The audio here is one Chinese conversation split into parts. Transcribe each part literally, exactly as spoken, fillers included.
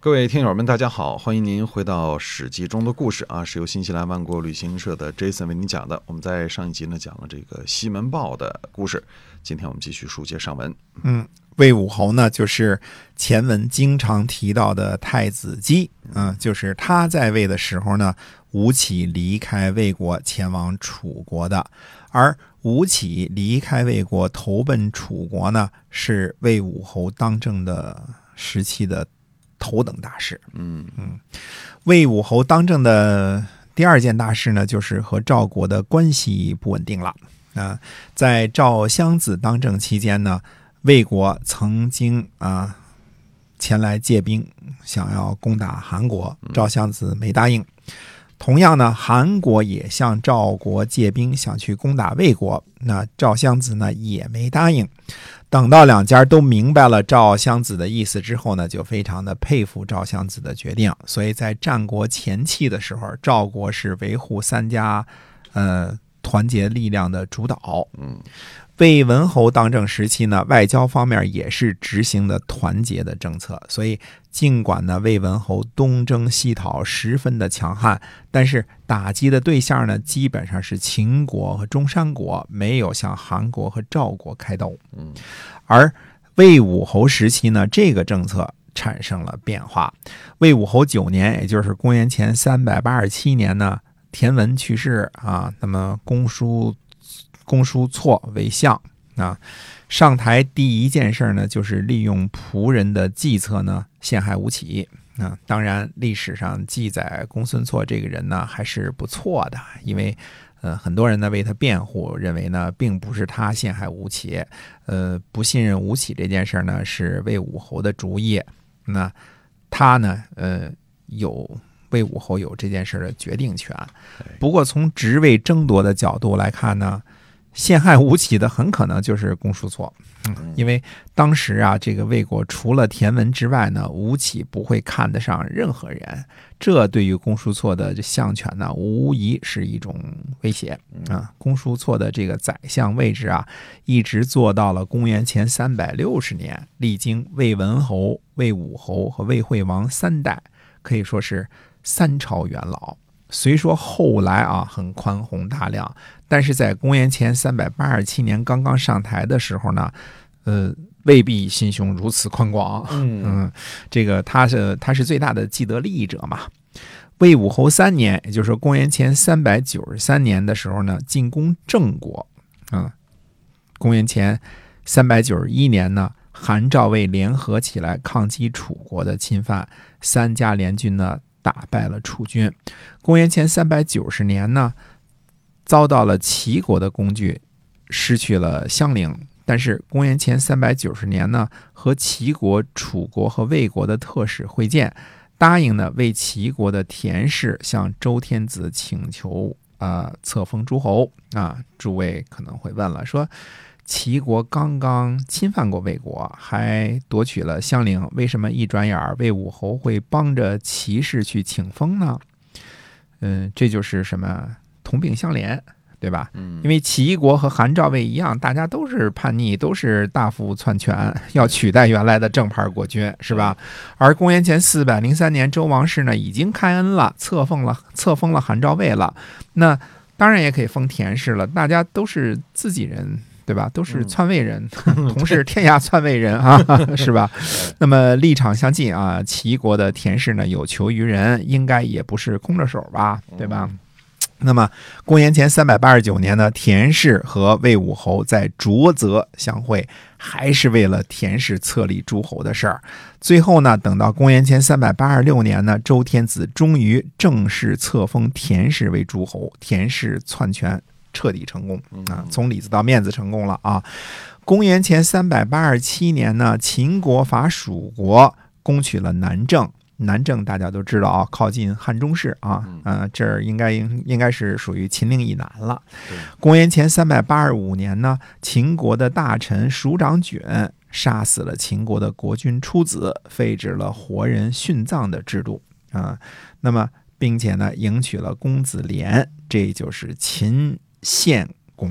各位听友们，大家好，欢迎您回到《史记》中的故事啊，是由新西兰万国旅行社的 Jason 为您讲的。我们在上一集呢讲了这个西门豹的故事，今天我们继续书接上文。 嗯，魏武侯呢，就是前文经常提到的太子姬，嗯、呃，就是他在位的时候呢，吴起离开魏国前往楚国的，而吴起离开魏国投奔楚国呢，是魏武侯当政的时期的头等大事。 嗯嗯，魏武侯当政的第二件大事呢，就是和赵国的关系不稳定了。啊、呃，在赵襄子当政期间呢，魏国曾经啊前来借兵，想要攻打韩国，赵襄子没答应。同样呢，韩国也向赵国借兵，想去攻打魏国，那赵襄子呢也没答应。等到两家都明白了赵襄子的意思之后呢，就非常的佩服赵襄子的决定。所以在战国前期的时候，赵国是维护三家呃团结力量的主导。 嗯， 魏文侯当政时期呢，外交方面也是执行的团结的政策，所以尽管呢魏文侯东征西讨十分的强悍，但是打击的对象呢基本上是秦国和中山国，没有向韩国和赵国开刀。 嗯， 而魏武侯时期呢，这个政策产生了变化。魏武侯九年，也就是公元前三百八十七年呢，田文去世啊，那么公叔公叔痤为相啊，上台第一件事呢，就是利用仆人的计策呢，陷害吴起啊。当然，历史上记载公孙痤这个人呢，还是不错的，因为呃，很多人呢为他辩护，认为呢，并不是他陷害吴起，呃，不信任吴起这件事呢，是魏武侯的主意。那他呢，呃，有魏武侯有这件事的决定权。不过从职位争夺的角度来看呢，陷害吴起的很可能就是公叔痤，嗯，因为当时啊，这个魏国除了田文之外呢，吴起不会看得上任何人，这对于公叔痤的相权呢，无疑是一种威胁啊。公叔痤的这个宰相位置啊，一直做到了公元前三百六十年，历经魏文侯、魏武侯和魏惠王三代，可以说是三朝元老。虽说后来啊很宽宏大量，但是在公元前三百八十七年刚刚上台的时候呢，呃，未必心胸如此宽广。 嗯嗯，这个他是他是最大的既得利益者嘛。魏武侯三年，也就是说公元前三百九十三年的时候呢，进攻郑国。嗯，公元前三百九十一年呢，韩赵魏联合起来抗击楚国的侵犯，三家联军呢打败了楚军。公元前三百九十年呢，遭到了齐国的攻击，失去了襄陵。但是公元前三百九十年呢，和齐国、楚国和魏国的特使会见，答应呢为齐国的田氏向周天子请求啊、呃、册封诸侯啊。诸位可能会问了，说齐国刚刚侵犯过魏国，还夺取了襄陵，为什么一转眼魏武侯会帮着齐氏去请封呢？嗯，这就是什么同病相怜，对吧？ 嗯， 因为齐国和韩赵魏一样，大家都是叛逆，都是大幅篡权，要取代原来的正牌国君，是吧？而公元前四百零三年，周王室呢已经开恩了，册封了册封了韩赵魏了，那当然也可以封田氏了，大家都是自己人，对吧？都是篡位人，嗯、同是天涯篡位人啊，是吧？那么立场相近啊，齐国的田氏呢有求于人，应该也不是空着手吧，对吧？嗯、那么公元前三百八十九年呢，田氏和魏武侯在浊泽相会，还是为了田氏册立诸侯的事儿。最后呢，等到公元前三百八十六年呢，周天子终于正式册封田氏为诸侯，田氏篡权彻底成功啊，从里子到面子成功了啊！公元前三百八十七年呢，秦国伐蜀国，攻取了南郑。南郑大家都知道啊，靠近汉中市啊，呃，这儿应该应该是属于秦岭以南了。公元前三百八十五年呢，秦国的大臣蜀长赑杀死了秦国的国君出子，废止了活人殉葬的制度啊。那么，并且呢，迎娶了公子廉，这就是秦献公。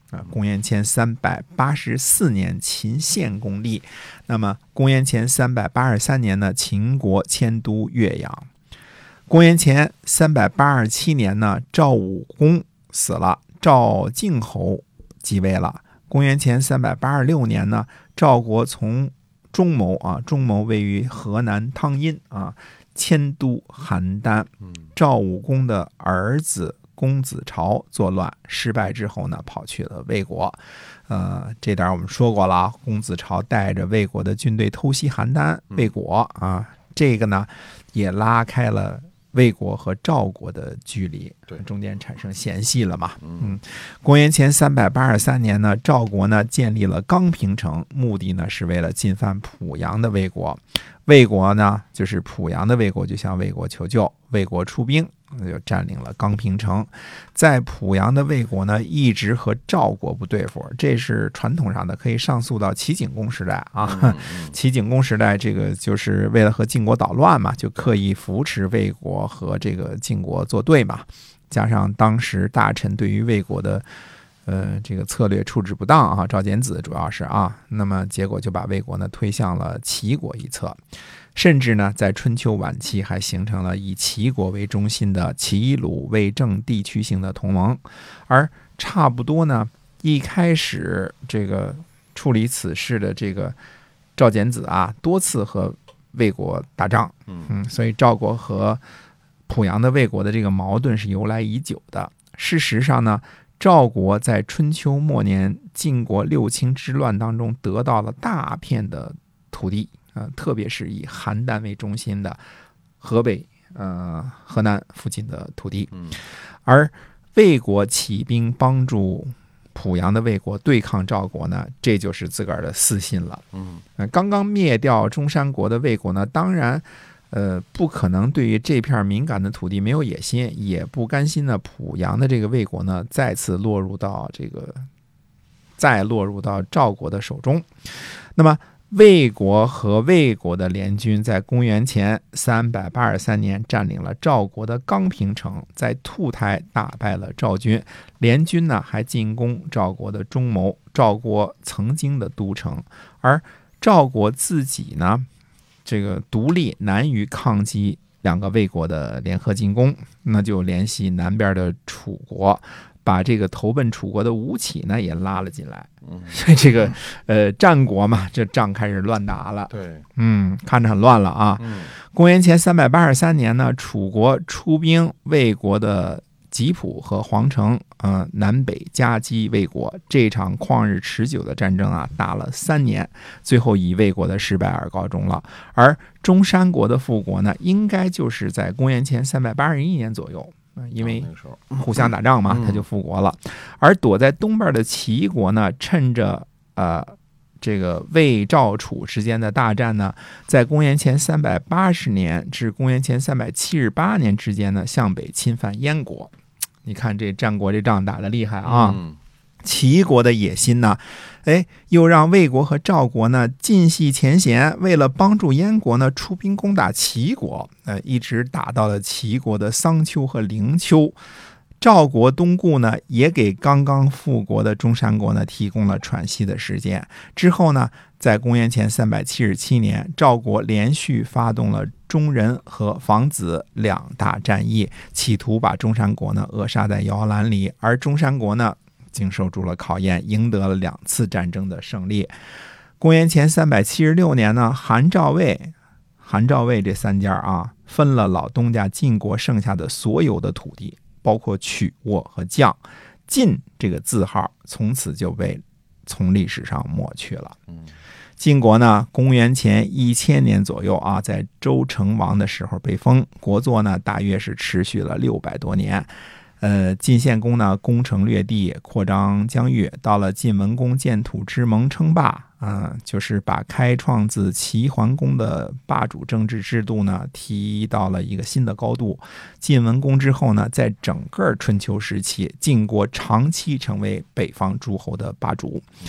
啊，公元前三百八十四年秦献公立，那么公元前三百八十三年呢，秦国迁都岳阳。公元前三百八十七年呢，赵武公死了，赵敬侯继位了。公元前三百八十六年呢，赵国从中牟啊，中牟位于河南汤阴啊，迁都邯郸。赵武公的儿子公子朝作乱失败之后呢，跑去了魏国。呃，这点我们说过了，公子朝带着魏国的军队偷袭邯郸，魏国啊，这个呢也拉开了魏国和赵国的距离，中间产生嫌隙了嘛。嗯，公元前三百八十三年呢，赵国呢建立了刚平城，目的呢是为了进犯濮阳的魏国。魏国呢，就是濮阳的魏国，就向魏国求救，魏国出兵，就占领了刚平城。在濮阳的魏国呢，一直和赵国不对付，这是传统上的，可以上溯到齐景公时代啊。齐景公时代，这个就是为了和晋国捣乱嘛，就刻意扶持魏国和这个晋国作对嘛。加上当时大臣对于魏国的呃，这个策略处置不当啊，赵简子主要是啊，那么结果就把魏国呢推向了齐国一侧，甚至呢在春秋晚期还形成了以齐国为中心的齐鲁魏郑地区性的同盟。而差不多呢，一开始这个处理此事的这个赵简子啊，多次和魏国打仗，嗯，所以赵国和濮阳的魏国的这个矛盾是由来已久的。事实上呢，赵国在春秋末年晋国六卿之乱当中得到了大片的土地，呃，特别是以邯郸为中心的河北、呃河南附近的土地。而魏国起兵帮助濮阳的魏国对抗赵国呢，这就是自个儿的私心了。嗯，刚刚灭掉中山国的魏国呢，当然呃，不可能对于这片敏感的土地没有野心，也不甘心呢濮阳的这个魏国呢再次落入到这个再落入到赵国的手中。那么魏国和魏国的联军在公元前三百八十三年占领了赵国的刚平城，在兔台打败了赵军。联军呢还进攻赵国的中牟，赵国曾经的都城。而赵国自己呢，这个独立难于抗击两个魏国的联合进攻，那就联系南边的楚国，把这个投奔楚国的吴起呢也拉了进来。所以这个呃战国嘛，这仗开始乱打了。对，嗯，看着很乱了啊。公元前三百八十三年呢，楚国出兵魏国的吉普和黄城，呃，南北夹击魏国。这场旷日持久的战争啊，打了三年，最后以魏国的失败而告终了。而中山国的复国呢，应该就是在公元前三百八十一年左右，因为互相打仗嘛，他就复国了。而躲在东边的齐国呢，趁着呃这个魏赵楚之间的大战呢，在公元前三百八十年至公元前三百七十八年之间呢，向北侵犯燕国。你看这战国这仗打得厉害啊！嗯，齐国的野心呢，哎，又让魏国和赵国呢尽系前嫌，为了帮助燕国呢，出兵攻打齐国，呃，一直打到了齐国的桑丘和陵丘。赵国东顾呢，也给刚刚复国的中山国呢提供了喘息的时间。之后呢，在公元前三百七十七年，赵国连续发动了中人和房子两大战役，企图把中山国呢扼杀在摇篮里。而中山国呢，经受住了考验，赢得了两次战争的胜利。公元前三百七十六年呢，韩赵魏韩赵魏这三家啊，分了老东家晋国剩下的所有的土地，包括曲沃和绛。晋这个字号从此就被从历史上抹去了。晋国呢，公元前一千年左右啊，在周成王的时候被封，国祚呢大约是持续了六百多年。呃，晋献公呢攻城略地，扩张疆域，到了晋文公建土之盟称霸啊、呃，就是把开创自齐桓公的霸主政治制度呢提到了一个新的高度。晋文公之后呢，在整个春秋时期，晋国长期成为北方诸侯的霸主。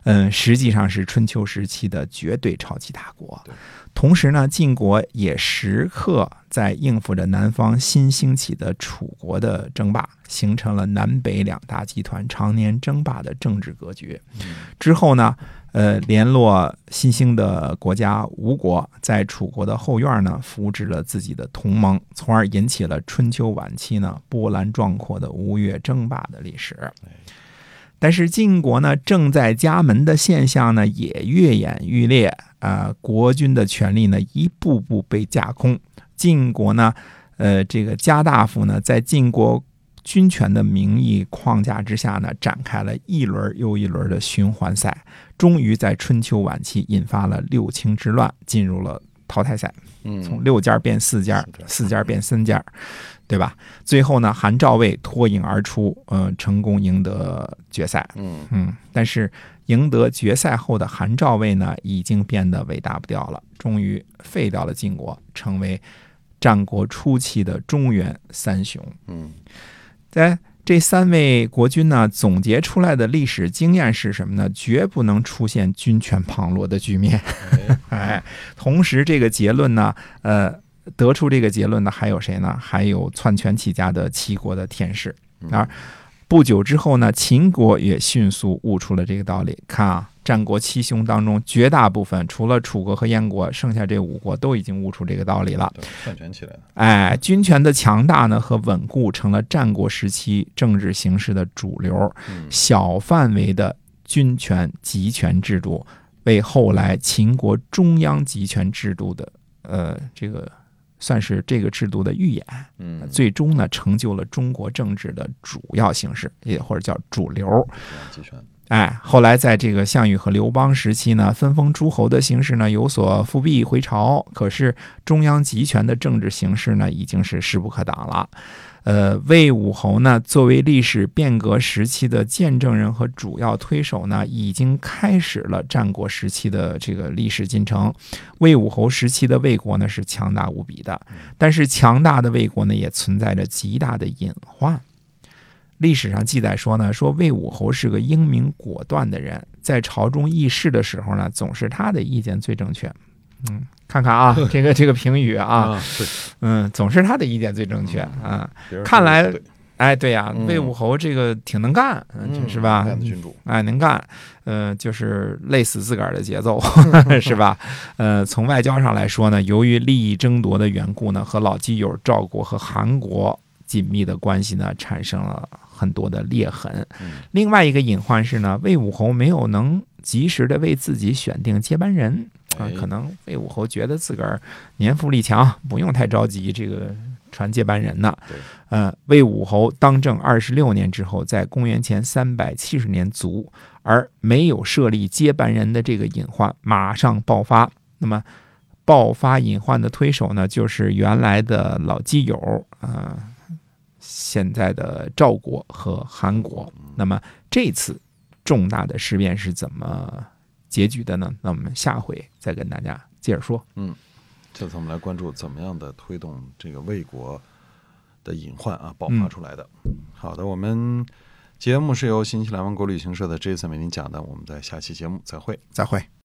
嗯，实际上是春秋时期的绝对超级大国。同时呢，晋国也时刻在应付着南方新兴起的楚国的争霸，形成了南北两大集团常年争霸的政治格局。之后呢，呃，联络新兴的国家吴国，在楚国的后院呢，扶植了自己的同盟，从而引起了春秋晚期呢波澜壮阔的吴越争霸的历史。但是晋国呢正在家门的现象呢也愈演愈烈啊、呃，国君的权力呢一步步被架空。晋国呢，呃，这个家大夫呢在晋国军权的名义框架之下呢，展开了一轮又一轮的循环赛，终于在春秋晚期引发了六卿之乱，进入了淘汰赛。从六家变四家，四家变三家。对吧？最后呢，韩赵魏脱颖而出，呃，成功赢得决赛。嗯嗯，但是赢得决赛后的韩赵魏呢，已经变得伟大不掉了，终于废掉了晋国，成为战国初期的中原三雄。嗯，在这三位国君呢，总结出来的历史经验是什么呢？绝不能出现军权旁落的局面。哎，同时这个结论呢，呃。得出这个结论的还有谁呢？还有篡权起家的齐国的田氏。而不久之后呢，秦国也迅速悟出了这个道理。看啊，战国七雄当中，绝大部分除了楚国和燕国，剩下这五国都已经悟出这个道理了。 篡权起来了。 哎，军权的强大呢和稳固成了战国时期政治形势的主流。小范围的军权集权制度，为后来秦国中央集权制度的呃这个。算是这个制度的预演，嗯，最终呢成就了中国政治的主要形式，也或者叫主流。哎，后来在这个项羽和刘邦时期呢，分封诸侯的形式呢有所复辟回潮，可是中央集权的政治形式呢已经是势不可挡了。呃，魏武侯呢，作为历史变革时期的见证人和主要推手呢，已经开始了战国时期的这个历史进程。魏武侯时期的魏国呢是强大无比的，但是强大的魏国呢也存在着极大的隐患。历史上记载说呢，说魏武侯是个英明果断的人，在朝中议事的时候呢，总是他的意见最正确。嗯，看看啊，这个这个评语啊，嗯，总是他的意见最正确啊。看来，哎，对呀、啊，魏武侯这个挺能干，嗯、是吧？ 君主， 哎，能干，呃，就是累死自个儿的节奏，是吧？呃，从外交上来说呢，由于利益争夺的缘故呢，和老基友赵国和韩国紧密的关系呢，产生了很多的裂痕。另外一个隐患是呢，魏武侯没有能及时的为自己选定接班人。啊，可能魏武侯觉得自个儿年富力强，不用太着急这个传接班人呢。呃，魏武侯当政二十六年之后，在公元前三百七十年卒，而没有设立接班人的这个隐患马上爆发。那么，爆发隐患的推手呢，就是原来的老基友啊、呃，现在的赵国和韩国。那么这次重大的事变是怎么结局的呢？那我们下回再跟大家接着说。 嗯，这次我们来关注怎么样的推动这个魏国的隐患啊爆发出来的。嗯、好的，我们节目是由新西兰万国旅行社的 Jason 为您讲的，我们在下期节目再会， 再会。